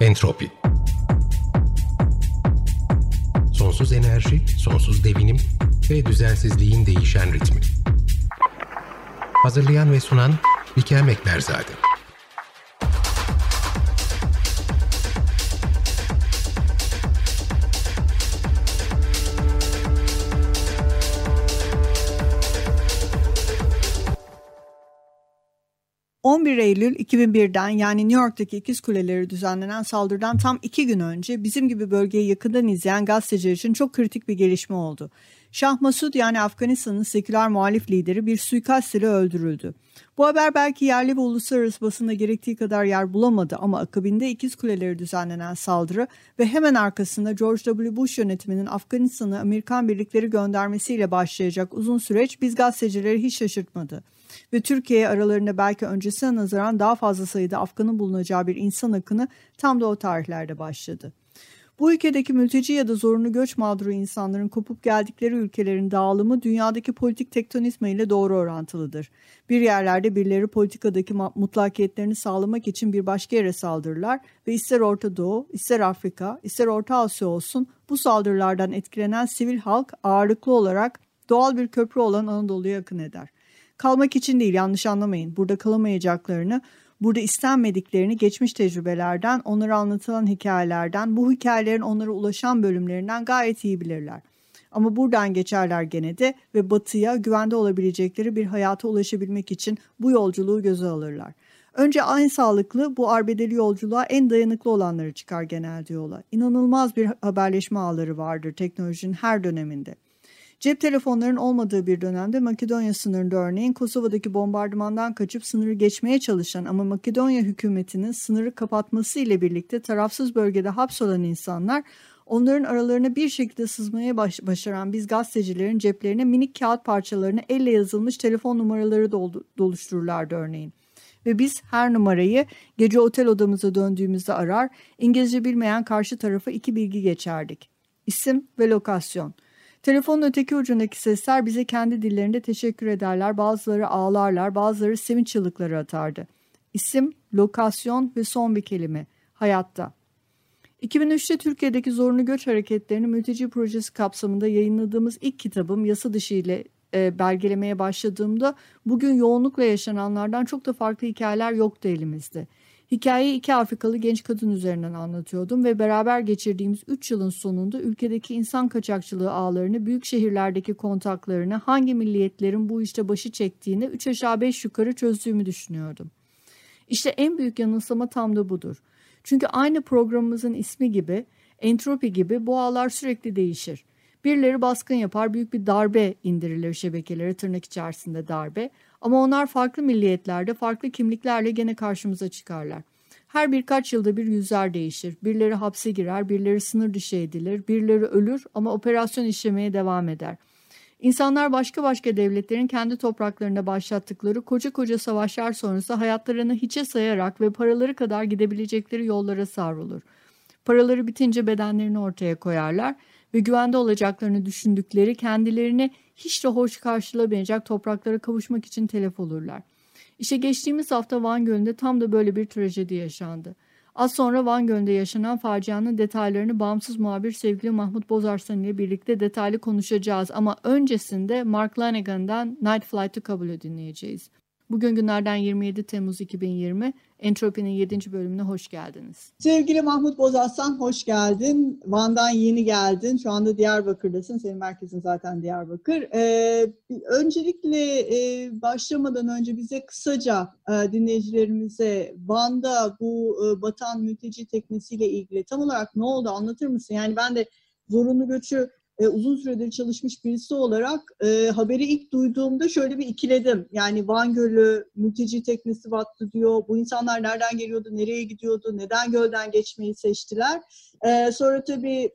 Entropi. Sonsuz enerji, sonsuz devinim ve düzensizliğin değişen ritmi. Hazırlayan ve sunan Bikem Ekberzade. ...11 Eylül 2001'den yani New York'taki İkiz Kuleleri düzenlenen saldırıdan tam 2 gün önce bizim gibi bölgeyi yakından izleyen gazeteciler için çok kritik bir gelişme oldu. Şah Masud yani Afganistan'ın seküler muhalif lideri bir suikast ile öldürüldü. Bu haber belki yerli ve uluslararası basında gerektiği kadar yer bulamadı ama akabinde İkiz Kuleleri düzenlenen saldırı ve hemen arkasında George W. Bush yönetiminin Afganistan'a Amerikan birlikleri göndermesiyle başlayacak uzun süreç biz gazetecileri hiç şaşırtmadı. Ve Türkiye aralarında belki öncesine nazaran daha fazla sayıda Afgan'ın bulunacağı bir insan akını tam da o tarihlerde başladı. Bu ülkedeki mülteci ya da zorunlu göç mağduru insanların kopup geldikleri ülkelerin dağılımı dünyadaki politik tektonizma ile doğru orantılıdır. Bir yerlerde birileri politikadaki mutlakiyetlerini sağlamak için bir başka yere saldırırlar ve ister Orta Doğu, ister Afrika, ister Orta Asya olsun bu saldırılardan etkilenen sivil halk ağırlıklı olarak doğal bir köprü olan Anadolu'ya akın eder. Kalmak için değil, yanlış anlamayın. Burada kalamayacaklarını, burada istenmediklerini geçmiş tecrübelerden, onlara anlatılan hikayelerden, bu hikayelerin onlara ulaşan bölümlerinden gayet iyi bilirler. Ama buradan geçerler gene de ve batıya güvende olabilecekleri bir hayata ulaşabilmek için bu yolculuğu göze alırlar. Önce en sağlıklı, bu arbedeli yolculuğa en dayanıklı olanları çıkar genelde yola. İnanılmaz bir haberleşme ağları vardır teknolojinin her döneminde. Cep telefonlarının olmadığı bir dönemde Makedonya sınırında örneğin Kosova'daki bombardımandan kaçıp sınırı geçmeye çalışan ama Makedonya hükümetinin sınırı kapatması ile birlikte tarafsız bölgede hapsolan insanlar onların aralarına bir şekilde sızmaya başaran biz gazetecilerin ceplerine minik kağıt parçalarını elle yazılmış telefon numaraları doluştururlardı örneğin. Ve biz her numarayı gece otel odamıza döndüğümüzde arar, İngilizce bilmeyen karşı tarafa 2 bilgi geçerdik. İsim ve lokasyon. Telefonun öteki ucundaki sesler bize kendi dillerinde teşekkür ederler, bazıları ağlarlar, bazıları sevinç çığlıkları atardı. İsim, lokasyon ve son bir kelime, hayatta. 2003'te Türkiye'deki zorunlu göç hareketlerini mülteci projesi kapsamında yayınladığımız ilk kitabım yasa dışı ile belgelemeye başladığımda bugün yoğunlukla yaşananlardan çok da farklı hikayeler yoktu elimizde. Hikayeyi 2 Afrikalı genç kadın üzerinden anlatıyordum ve beraber geçirdiğimiz 3 yılın sonunda ülkedeki insan kaçakçılığı ağlarını, büyük şehirlerdeki kontaklarını, hangi milliyetlerin bu işte başı çektiğini 3 aşağı 5 yukarı çözdüğümü düşünüyordum. İşte en büyük yanılsama tam da budur. Çünkü aynı programımızın ismi gibi, entropi gibi bu ağlar sürekli değişir. Birileri baskın yapar, büyük bir darbe indirilir şebekelere, tırnak içerisinde darbe. Ama onlar farklı milliyetlerde, farklı kimliklerle gene karşımıza çıkarlar. Her birkaç yılda bir yüzler değişir. Birileri hapse girer, birileri sınır dışı edilir, birileri ölür ama operasyon işlemeye devam eder. İnsanlar başka devletlerin kendi topraklarında başlattıkları koca koca savaşlar sonrası hayatlarını hiçe sayarak ve paraları kadar gidebilecekleri yollara savrulur. Paraları bitince bedenlerini ortaya koyarlar ve güvende olacaklarını düşündükleri kendilerini hiç de hoş karşılamayacak topraklara kavuşmak için telef olurlar. İşte geçtiğimiz hafta Van Gölü'nde tam da böyle bir trajedi yaşandı. Az sonra Van Gölü'nde yaşanan facianın detaylarını bağımsız muhabir sevgili Mahmut Bozarslan ile birlikte detaylı konuşacağız. Ama öncesinde Mark Lanegan'dan Night Flight to Kabul'ü dinleyeceğiz. Bugün günlerden 27 Temmuz 2020, Entropi'nin 7. bölümüne hoş geldiniz. Sevgili Mahmut Bozarslan, hoş geldin. Van'dan yeni geldin. Şu anda Diyarbakır'dasın. Senin merkezin zaten Diyarbakır. Öncelikle başlamadan önce bize kısaca dinleyicilerimize Van'da bu batan mülteci teknesiyle ilgili tam olarak ne oldu anlatır mısın? Yani ben de zorunlu göçü uzun süredir çalışmış birisi olarak haberi ilk duyduğumda şöyle bir ikiledim. Yani Van Gölü mülteci teknesi battı diyor. Bu insanlar nereden geliyordu, nereye gidiyordu, neden gölden geçmeyi seçtiler? Sonra tabii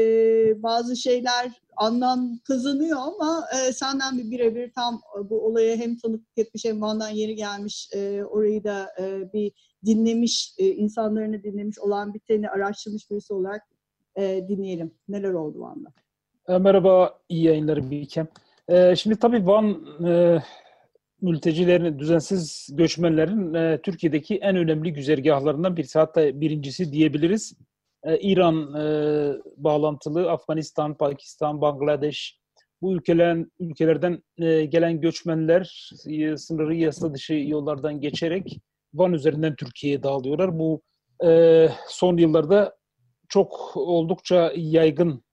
bazı şeyler anlam kazanıyor ama senden bir birebir tam bu olaya hem tanıklık etmiş hem Van'dan yeni gelmiş orayı da bir dinlemiş, insanlarını dinlemiş olan biteni araştırmış birisi olarak dinleyelim. Neler oldu Van'da? Merhaba, iyi yayınlar Bikem. Şimdi tabii Van mültecilerin, düzensiz göçmenlerin Türkiye'deki en önemli güzergahlarından birisi, hatta birincisi diyebiliriz. İran bağlantılı, Afganistan, Pakistan, Bangladeş, bu ülkelerden gelen göçmenler sınırı yasa dışı yollardan geçerek Van üzerinden Türkiye'ye dağılıyorlar. Bu son yıllarda oldukça yaygın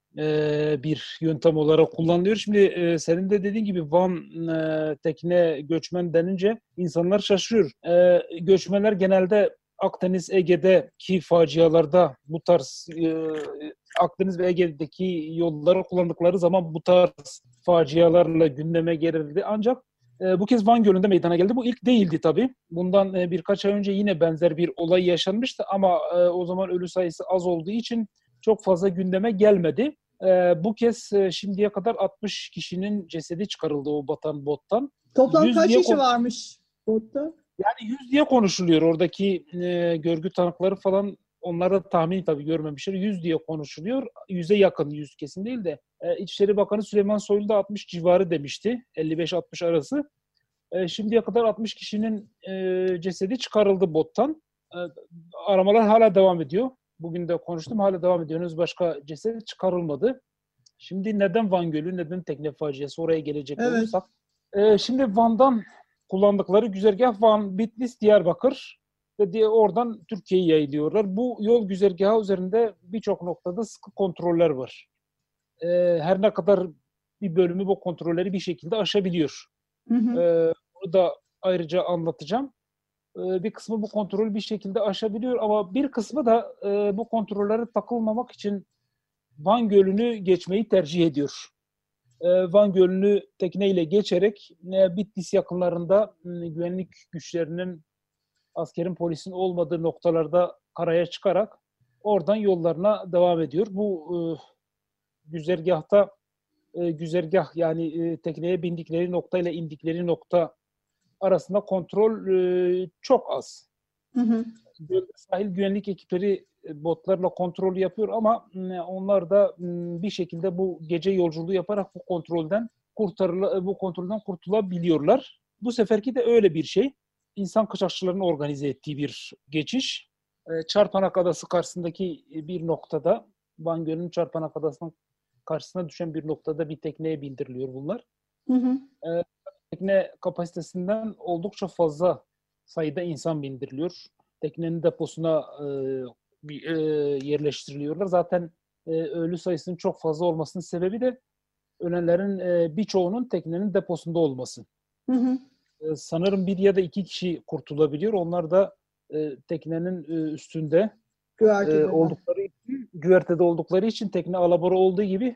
bir yöntem olarak kullanılıyor. Şimdi senin de dediğin gibi Van tekne göçmen denince insanlar şaşırıyor. Göçmenler genelde Akdeniz, Ege'deki facialarda bu tarz Akdeniz ve Ege'deki yolları kullandıkları zaman bu tarz facialarla gündeme gelirdi. Ancak bu kez Van Gölü'nde meydana geldi. Bu ilk değildi tabii. Bundan birkaç ay önce yine benzer bir olay yaşanmıştı ama o zaman ölü sayısı az olduğu için çok fazla gündeme gelmedi. Bu kez şimdiye kadar 60 kişinin cesedi çıkarıldı o batan bottan. Toplam kaç kişi varmış botta? Yani 100 diye konuşuluyor. Oradaki görgü tanıkları falan, onlar da tahmin tabii görmemişler. 100 diye konuşuluyor. 100'e yakın, 100 kesin değil de. İçişleri Bakanı Süleyman Soylu da 60 civarı demişti. 55-60 arası. Şimdiye kadar 60 kişinin cesedi çıkarıldı bottan. Aramalar hala devam ediyor. Bugün de konuştum, hala devam ediyor. Henüz başka ceset çıkarılmadı. Şimdi neden Van Gölü, neden tekne faciası, oraya gelecek olursak. Şimdi Van'dan kullandıkları güzergah Van, Bitlis, Diyarbakır ve oradan Türkiye'ye yayılıyorlar. Bu yol güzergahı üzerinde birçok noktada sıkı kontroller var. Her ne kadar bir bölümü bu kontrolleri bir şekilde aşabiliyor. Bunu da ayrıca anlatacağım. Bir kısmı bu kontrolü bir şekilde aşabiliyor ama bir kısmı da bu kontrollere takılmamak için Van Gölü'nü geçmeyi tercih ediyor. Van Gölü'nü tekneyle geçerek Bitlis yakınlarında güvenlik güçlerinin, askerin, polisin olmadığı noktalarda karaya çıkarak oradan yollarına devam ediyor. Bu güzergah yani tekneye bindikleri nokta ile indikleri nokta arasında kontrol çok az. Sahil güvenlik ekipleri botlarla kontrol yapıyor ama onlar da bir şekilde bu gece yolculuğu yaparak bu kontrolden kurtulabiliyorlar. Bu seferki de öyle bir şey. İnsan kaçakçılarının organize ettiği bir geçiş. Çarpanak Adası karşısındaki bir noktada, Van Gölü'nün Çarpanak Adası'nın karşısına düşen bir noktada bir tekneye bindiriliyor bunlar. Tekne kapasitesinden oldukça fazla sayıda insan bindiriliyor. Teknenin deposuna yerleştiriliyorlar. Zaten ölü sayısının çok fazla olmasının sebebi de ölenlerin birçoğunun teknenin deposunda olması. Sanırım 1 ya da 2 kişi kurtulabiliyor. Onlar da teknenin üstünde güvertede oldukları için tekne alabora olduğu gibi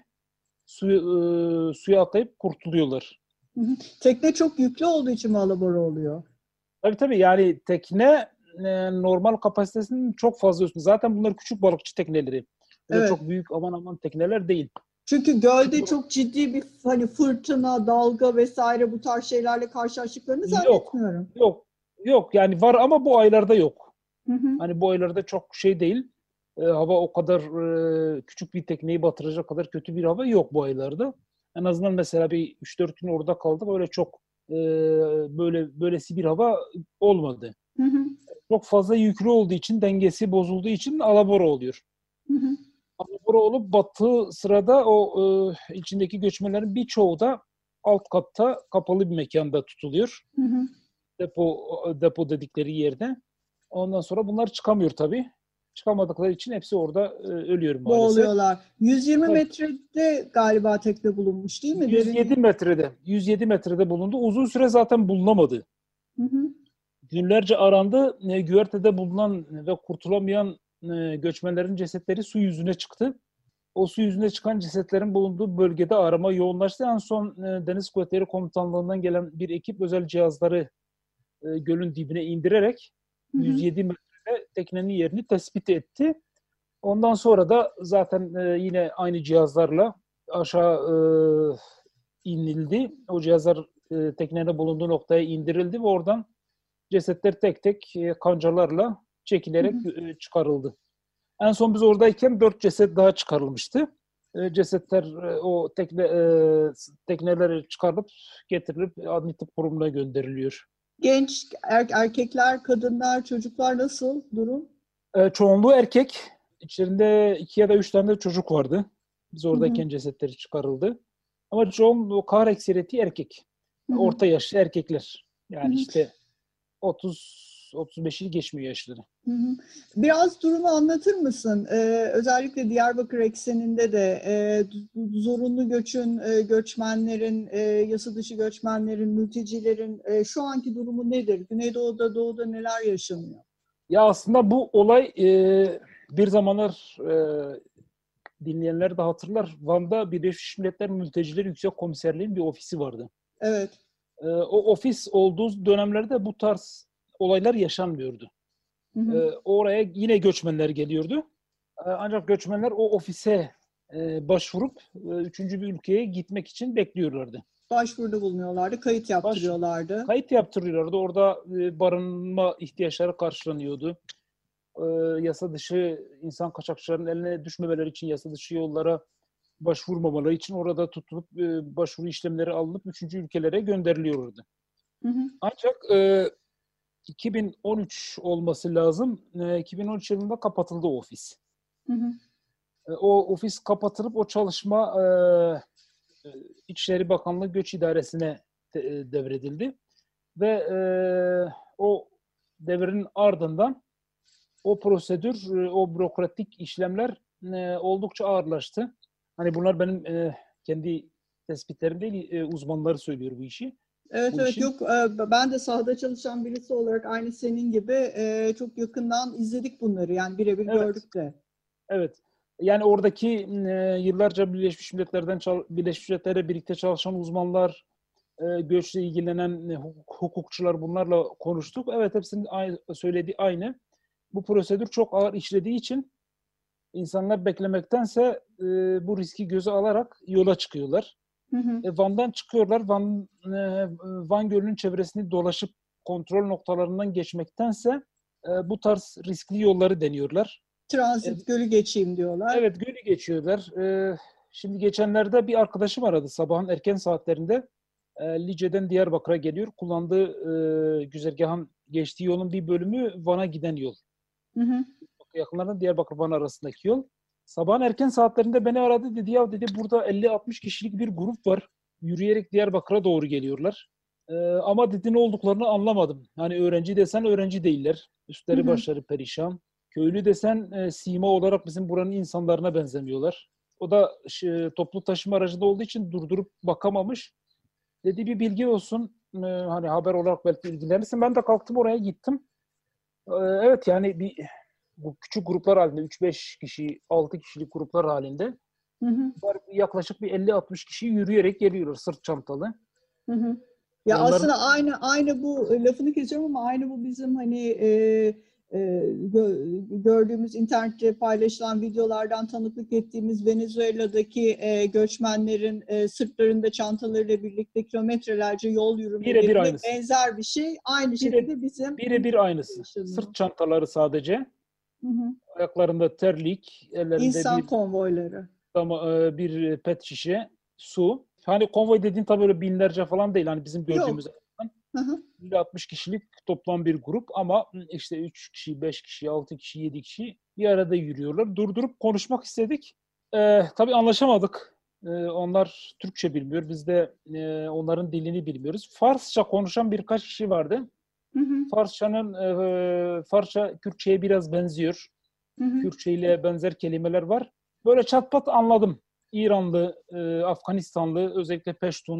suya atlayıp kurtuluyorlar. Tekne çok yüklü olduğu için mi alabora oluyor? Tabii yani tekne normal kapasitesinin çok fazla üstünde. Zaten bunlar küçük balıkçı tekneleri. Böyle çok büyük aman tekneler değil. Çünkü gölde çok ciddi bir fırtına, dalga vesaire bu tarz şeylerle karşılaştıklarını zannetmiyorum. Yok yani var ama bu aylarda yok. Hani bu aylarda çok şey değil. Hava o kadar küçük bir tekneyi batıracak kadar kötü bir hava yok bu aylarda. En azından mesela bir 3-4 gün orada kaldık. Öyle çok böylesi bir hava olmadı. Çok fazla yüklü olduğu için, dengesi bozulduğu için alabora oluyor. Alabora olup battığı sırada o içindeki göçmenlerin birçoğu da alt katta kapalı bir mekanda tutuluyor. Depo dedikleri yerde. Ondan sonra bunlar çıkamıyor tabii. Çıkamadıkları için hepsi orada ölüyor maalesef. Boğuluyorlar. 120 metrede galiba tekne bulunmuş değil mi? 107 metrede bulundu. Uzun süre zaten bulunamadı. Günlerce arandı. Güvertede bulunan ve kurtulamayan göçmenlerin cesetleri su yüzüne çıktı. O su yüzüne çıkan cesetlerin bulunduğu bölgede arama yoğunlaştı. En son Deniz Kuvvetleri Komutanlığı'ndan gelen bir ekip özel cihazları gölün dibine indirerek 107 metrede teknenin yerini tespit etti. Ondan sonra da zaten yine aynı cihazlarla aşağı inildi. O cihazlar teknenin bulunduğu noktaya indirildi ve oradan cesetler tek tek kancalarla çekilerek çıkarıldı. En son biz oradayken 4 ceset daha çıkarılmıştı. Cesetler o tekneleri çıkarılıp getirilip adli tıp kurumuna gönderiliyor. Genç erkekler, kadınlar, çocuklar nasıl durum? Çoğunluğu erkek. İçlerinde 2 ya da 3 tane de çocuk vardı. Biz Hı hı, oradayken cesetleri çıkarıldı. Ama çoğunluğu kahır ekseriyeti erkek. hı hı, Orta yaşlı erkekler. hı Yani hı, işte 30-35'i geçmiyor yaşları. hı hı. Biraz durumu anlatır mısın? Özellikle Diyarbakır ekseninde de zorunlu göçün, göçmenlerin, yasa dışı göçmenlerin, mültecilerin şu anki durumu nedir? Güneydoğu'da, Doğu'da neler yaşanıyor? Ya aslında bu olay bir zamanlar dinleyenler de hatırlar. Van'da Birleşmiş Milletler Mülteciler Yüksek Komiserliği'nin bir ofisi vardı. Evet. O ofis olduğu dönemlerde bu tarz olaylar yaşanmıyordu. Hı hı. Oraya yine göçmenler geliyordu. Ancak göçmenler o ofise başvurup üçüncü bir ülkeye gitmek için bekliyorlardı. Başvuruda bulunuyorlardı, kayıt yaptırıyorlardı. Kayıt yaptırıyorlardı. Orada barınma ihtiyaçları karşılanıyordu. Yasa dışı insan kaçakçılarının eline düşmemeleri için yasa dışı yollara başvurmamaları için orada tutulup başvuru işlemleri alınıp üçüncü ülkelere gönderiliyordu. Hı hı. Ancak 2013 olması lazım. 2013 yılında kapatıldı o ofis. Hı hı. O ofis kapatılıp o çalışma İçişleri Bakanlığı Göç İdaresi'ne devredildi. Ve o devrin ardından o prosedür, o bürokratik işlemler oldukça ağırlaştı. Hani bunlar benim kendi tespitlerim değil, uzmanları söylüyor bu işi. Evet, Bu evet, işin. yok, ben de sahada çalışan birisi olarak aynı senin gibi çok yakından izledik bunları, yani birebir Evet, gördük de. evet. Yani oradaki yıllarca Birleşmiş Milletler'le birlikte çalışan uzmanlar, göçle ilgilenen hukukçular, bunlarla konuştuk. Evet, hepsinin söylediği aynı. Bu prosedür çok ağır işlediği için insanlar beklemektense bu riski göze alarak yola çıkıyorlar. Hı hı. Van'dan çıkıyorlar. Van Gölü'nün çevresini dolaşıp kontrol noktalarından geçmektense bu tarz riskli yolları deniyorlar. Transit gölü geçeyim diyorlar. Evet, gölü geçiyorlar. Şimdi geçenlerde bir arkadaşım aradı sabahın erken saatlerinde. Lice'den Diyarbakır'a geliyor. Kullandığı güzergahın geçtiği yolun bir bölümü Van'a giden yol. Hı hı. Yakınlarında Diyarbakır-Van arasındaki yol. Sabahın erken saatlerinde beni aradı, dedi ya, dedi, burada 50-60 kişilik bir grup var. Yürüyerek Diyarbakır'a doğru geliyorlar. Ama dedi ne olduklarını anlamadım. Hani öğrenci desen öğrenci değiller. Hı Üstleri hı. başları perişan. Köylü desen sima olarak bizim buranın insanlarına benzemiyorlar. O da toplu taşıma aracında olduğu için durdurup bakamamış. Dedi bir bilgi olsun. Hani haber olarak belki ilgilenirsin. Ben de kalktım, oraya gittim. Evet, yani bu küçük gruplar halinde 3-5 kişi, 6 kişilik gruplar halinde Hı hı. yaklaşık bir 50-60 kişi yürüyerek geliyorlar sırt çantalı. Hı hı. Ya Onların aslında aynı bu, lafını kesiyorum ama aynı bu bizim hani gördüğümüz internette paylaşılan videolardan tanıklık ettiğimiz Venezuela'daki göçmenlerin sırtlarında çantalarıyla birlikte kilometrelerce yol birebir yürümelerine aynısı. benzer bir şey. Aynı Bire, şekilde bizim birebir aynısı. yaşanıyor. Sırt çantaları sadece. Hı hı. Ayaklarında terlik, ellerinde İnsan bir konvoyları. bir pet şişe, su. Hani konvoy dediğin tabii öyle binlerce falan değil. Hani bizim gördüğümüz Yok. Hı hı. 50-60 kişilik toplam bir grup ama işte 3 kişi, 5 kişi, 6 kişi, 7 kişi bir arada yürüyorlar. Durdurup konuşmak istedik. Tabii anlaşamadık. Onlar Türkçe bilmiyor. Biz de onların dilini bilmiyoruz. Farsça konuşan birkaç kişi vardı. Hı hı. Farsça Kürtçe'ye biraz benziyor. Hı hı. Kürtçe ile benzer kelimeler var. Böyle çat pat anladım. İranlı, Afganistanlı, özellikle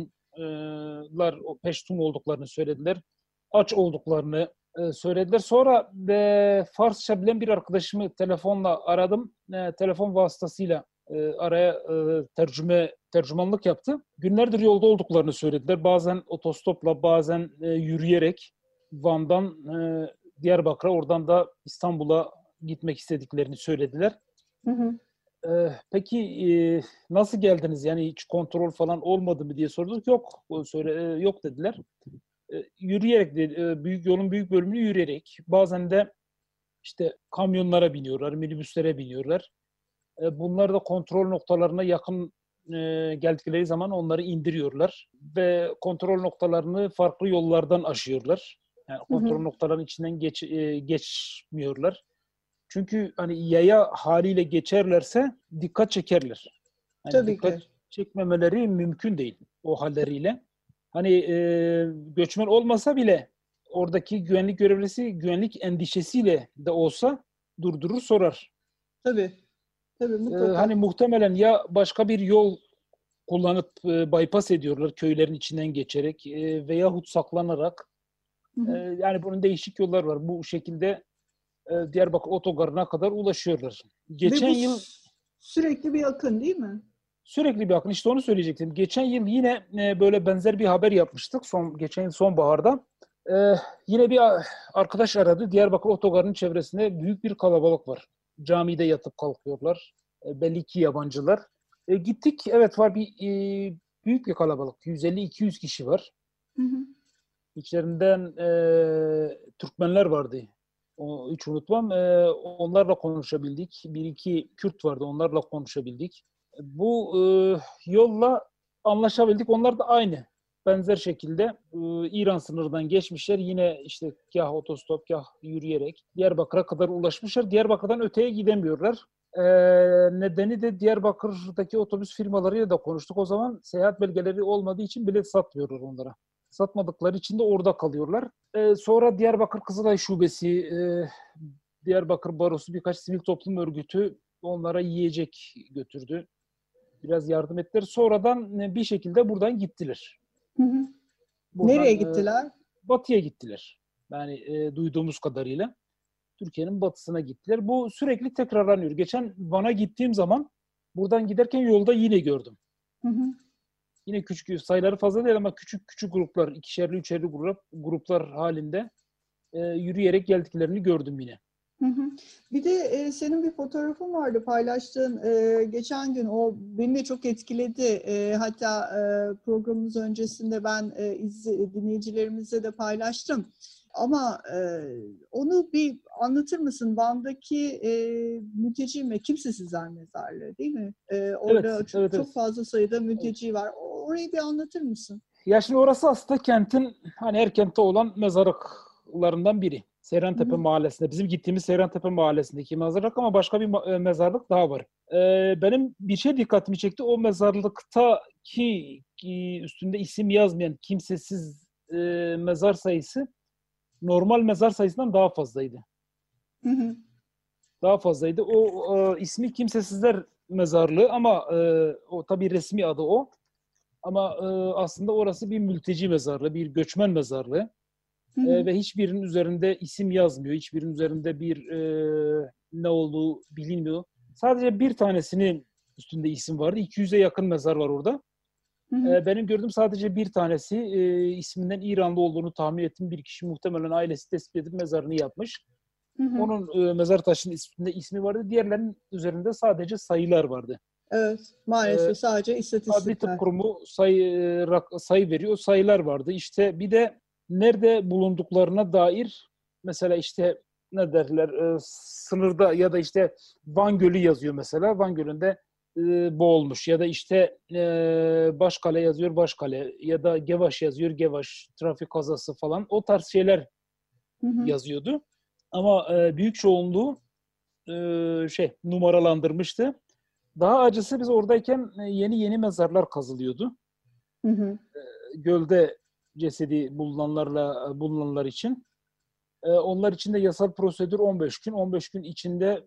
Peştun olduklarını söylediler. Aç olduklarını söylediler. Sonra Farsça bilen bir arkadaşımı telefonla aradım. Telefon vasıtasıyla araya tercümanlık yaptı. Günlerdir yolda olduklarını söylediler. Bazen otostopla, bazen yürüyerek Van'dan Diyarbakır'a, oradan da İstanbul'a gitmek istediklerini söylediler. Hı hı. Peki nasıl geldiniz? Yani hiç kontrol falan olmadı mı diye sorduk. Yok, yok dediler. Yürüyerek, yolun büyük bölümünü yürüyerek. Bazen de işte kamyonlara biniyorlar, minibüslere biniyorlar. Bunlar da kontrol noktalarına yakın geldikleri zaman onları indiriyorlar ve kontrol noktalarını farklı yollardan aşıyorlar. Yani kontrol noktaların içinden geçmiyorlar. Çünkü hani yaya haliyle geçerlerse dikkat çekerler. Hani Tabii dikkat ki. çekmemeleri mümkün değil o halleriyle. Hani göçmen olmasa bile oradaki güvenlik görevlisi güvenlik endişesiyle de olsa durdurur sorar. Tabii. Tabii mutlaka. Hani muhtemelen ya başka bir yol kullanıp bypass ediyorlar köylerin içinden geçerek veyahut saklanarak. Yani bunun değişik yollar var. Bu şekilde Diyarbakır otogarına kadar ulaşıyorlar. Ve Geçen bu yıl sürekli bir akın değil mi? sürekli bir akın. İşte onu söyleyecektim. Geçen yıl yine böyle benzer bir haber yapmıştık. Geçen yıl sonbaharda. Yine bir arkadaş aradı. Diyarbakır otogarının çevresinde büyük bir kalabalık var. Camide yatıp kalkıyorlar. Belli ki yabancılar. Gittik. Evet var bir büyük bir kalabalık. 150-200 kişi var. Hı hı. İçlerinden Türkmenler vardı. Hiç unutmam. Onlarla konuşabildik. Bir iki Kürt vardı. Onlarla konuşabildik. Bu yolla anlaşabildik. Onlar da aynı. Benzer şekilde İran sınırından geçmişler. Yine işte kah otostop, kah yürüyerek Diyarbakır'a kadar ulaşmışlar. Diyarbakır'dan öteye gidemiyorlar. Nedeni de Diyarbakır'daki otobüs firmalarıyla da konuştuk. O zaman seyahat belgeleri olmadığı için bilet satmıyorlar onlara. Satmadıkları için de orada kalıyorlar. Sonra Diyarbakır Kızılay Şubesi, Diyarbakır Barosu, birkaç sivil toplum örgütü onlara yiyecek götürdü. Biraz yardım ettiler. Sonradan bir şekilde buradan gittiler. Hı hı. Buradan, Nereye gittiler? Batı'ya gittiler. Yani duyduğumuz kadarıyla. Türkiye'nin batısına gittiler. Bu sürekli tekrarlanıyor. Geçen Van'a gittiğim zaman buradan giderken yolda yine gördüm. Hı hı. Yine küçük sayıları fazla değil ama küçük küçük gruplar, ikişerli üçerli gruplar halinde yürüyerek geldiklerini gördüm yine. Hı hı. Bir de senin bir fotoğrafın vardı paylaştığın geçen gün, o beni de çok etkiledi. Hatta programımız öncesinde ben dinleyicilerimizle de paylaştım. Ama onu bir anlatır mısın? Van'daki mülteci ve kimsesizler mezarlığı değil mi? Orada Evet, çok, evet, çok evet. fazla sayıda mülteci var. Orayı bir anlatır mısın? Ya şimdi orası aslında kentin hani Erkent'te olan mezarlıklarından biri. Hı Seyrantepe hı. Mahallesi'nde. Bizim gittiğimiz Seyrantepe Mahallesi'ndeki mezarlık ama başka bir mezarlık daha var. Benim bir şey dikkatimi çekti. O mezarlıktaki üstünde isim yazmayan kimsesiz mezar sayısı normal mezar sayısından daha fazlaydı. Hı hı. Daha fazlaydı. O ismi Kimsesizler Mezarlığı ama o tabii resmi adı o. Ama aslında orası bir mülteci mezarlığı, bir göçmen mezarlığı. Hı hı. Ve hiçbirinin üzerinde isim yazmıyor. Hiçbirinin üzerinde bir ne olduğu bilinmiyor. Sadece bir tanesinin üstünde isim vardı. 200'e yakın mezar var orada. Hı hı. Benim gördüğüm sadece bir tanesi isminden İranlı olduğunu tahmin ettim. Bir kişi muhtemelen ailesi tespit edip mezarını yapmış. Hı hı. Onun mezar taşının üstünde ismi vardı. Diğerlerinin üzerinde sadece sayılar vardı. Evet, E, maalesef sadece Adli Tıp istatistikler. Kurumu sayı veriyor. Sayılar vardı. İşte bir de nerede bulunduklarına dair mesela işte ne derler sınırda ya da işte Van Gölü yazıyor mesela. Van Gölü'nde boğulmuş ya da işte Başkale yazıyor Başkale ya da Gevaş yazıyor Gevaş trafik kazası falan o tarz şeyler Hı hı. yazıyordu. Ama büyük çoğunluğu numaralandırmıştı. Daha acısı biz oradayken yeni yeni mezarlar kazılıyordu. Hı hı. Gölde cesedi bulunanlar için. Onlar için de yasal prosedür 15 gün. 15 gün içinde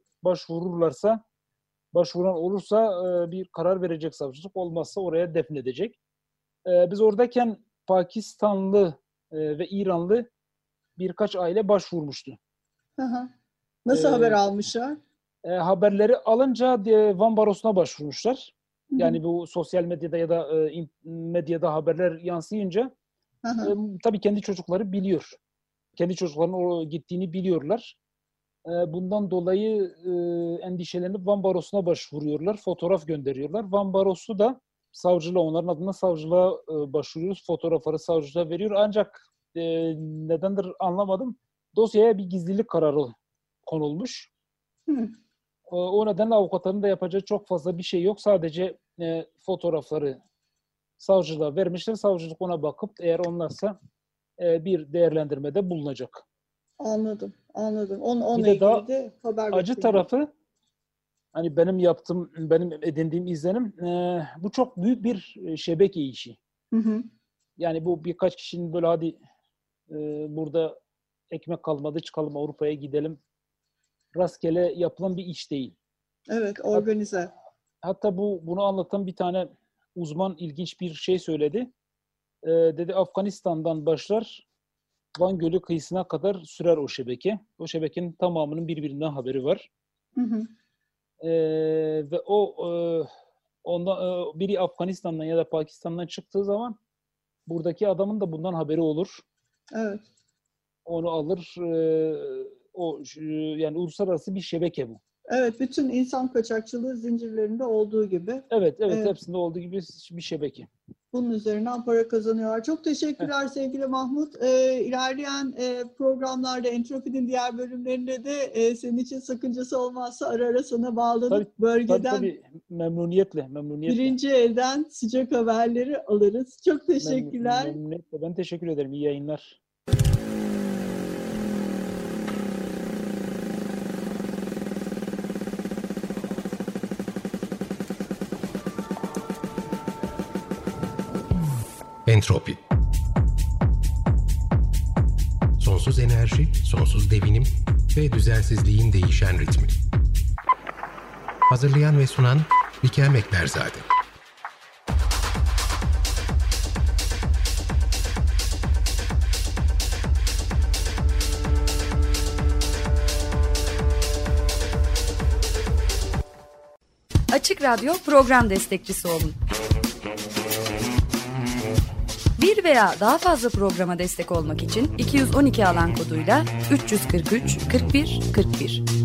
başvuran olursa bir karar verecek savcılık. Olmazsa oraya defnedecek. Biz oradayken Pakistanlı ve İranlı birkaç aile başvurmuştu. Aha. Nasıl haber E, almışlar? Haberleri alınca Van Barosu'na başvurmuşlar. Hı hı. Yani bu sosyal medyada ya da medyada haberler yansıyınca Aha. tabii kendi çocukları biliyor. Kendi çocuklarının gittiğini biliyorlar. Bundan dolayı endişelenip Van Barosu'na başvuruyorlar. Fotoğraf gönderiyorlar. Van Barosu da onların adına savcılığa başvuruyoruz. Fotoğrafları savcılığa veriyor. Ancak nedendir anlamadım. Dosyaya bir gizlilik kararı konulmuş. Hı. O nedenle avukatların da yapacağı çok fazla bir şey yok. Sadece fotoğrafları savcılığa vermişler. Savcılık ona bakıp eğer onlarsa bir değerlendirmede bulunacak. Anladım. Onunla bir de ilgili de haber acı tarafı, hani benim edindiğim izlenim, bu çok büyük bir şebeke işi. Hı. Yani bu birkaç kişinin böyle hadi burada ekmek kalmadı çıkalım Avrupa'ya gidelim, rastgele yapılan bir iş değil. Evet, organize. Hatta bunu anlatan bir tane uzman ilginç bir şey söyledi. Dedi Afganistan'dan başlar, Van Gölü kıyısına kadar sürer o şebeke. O şebekenin tamamının birbirinden haberi var. Hı. Ve ondan biri Afganistan'dan ya da Pakistan'dan çıktığı zaman buradaki adamın da bundan haberi olur. Evet. Onu alır. Yani uluslararası bir şebeke bu. Evet, bütün insan kaçakçılığı zincirlerinde olduğu gibi. Evet, hepsinde olduğu gibi bir şebeke. Bunun üzerinden para kazanıyorlar. Çok teşekkürler sevgili Mahmut. İlerleyen programlarda Entropi'nin diğer bölümlerinde de senin için sakıncası olmazsa ara ara sana bağlanıp bölgeden tabii. Memnuniyetle. Birinci elden sıcak haberleri alırız. Çok teşekkürler. Memnuniyetle. Ben teşekkür ederim. İyi yayınlar. Entropi. Sonsuz enerji, sonsuz devinim ve düzensizliğin değişen ritmi. Hazırlayan ve sunan Bikem Ekberzade. Açık Radyo program destekçisi olun. Bir veya daha fazla programa destek olmak için 212 alan koduyla 343 41 41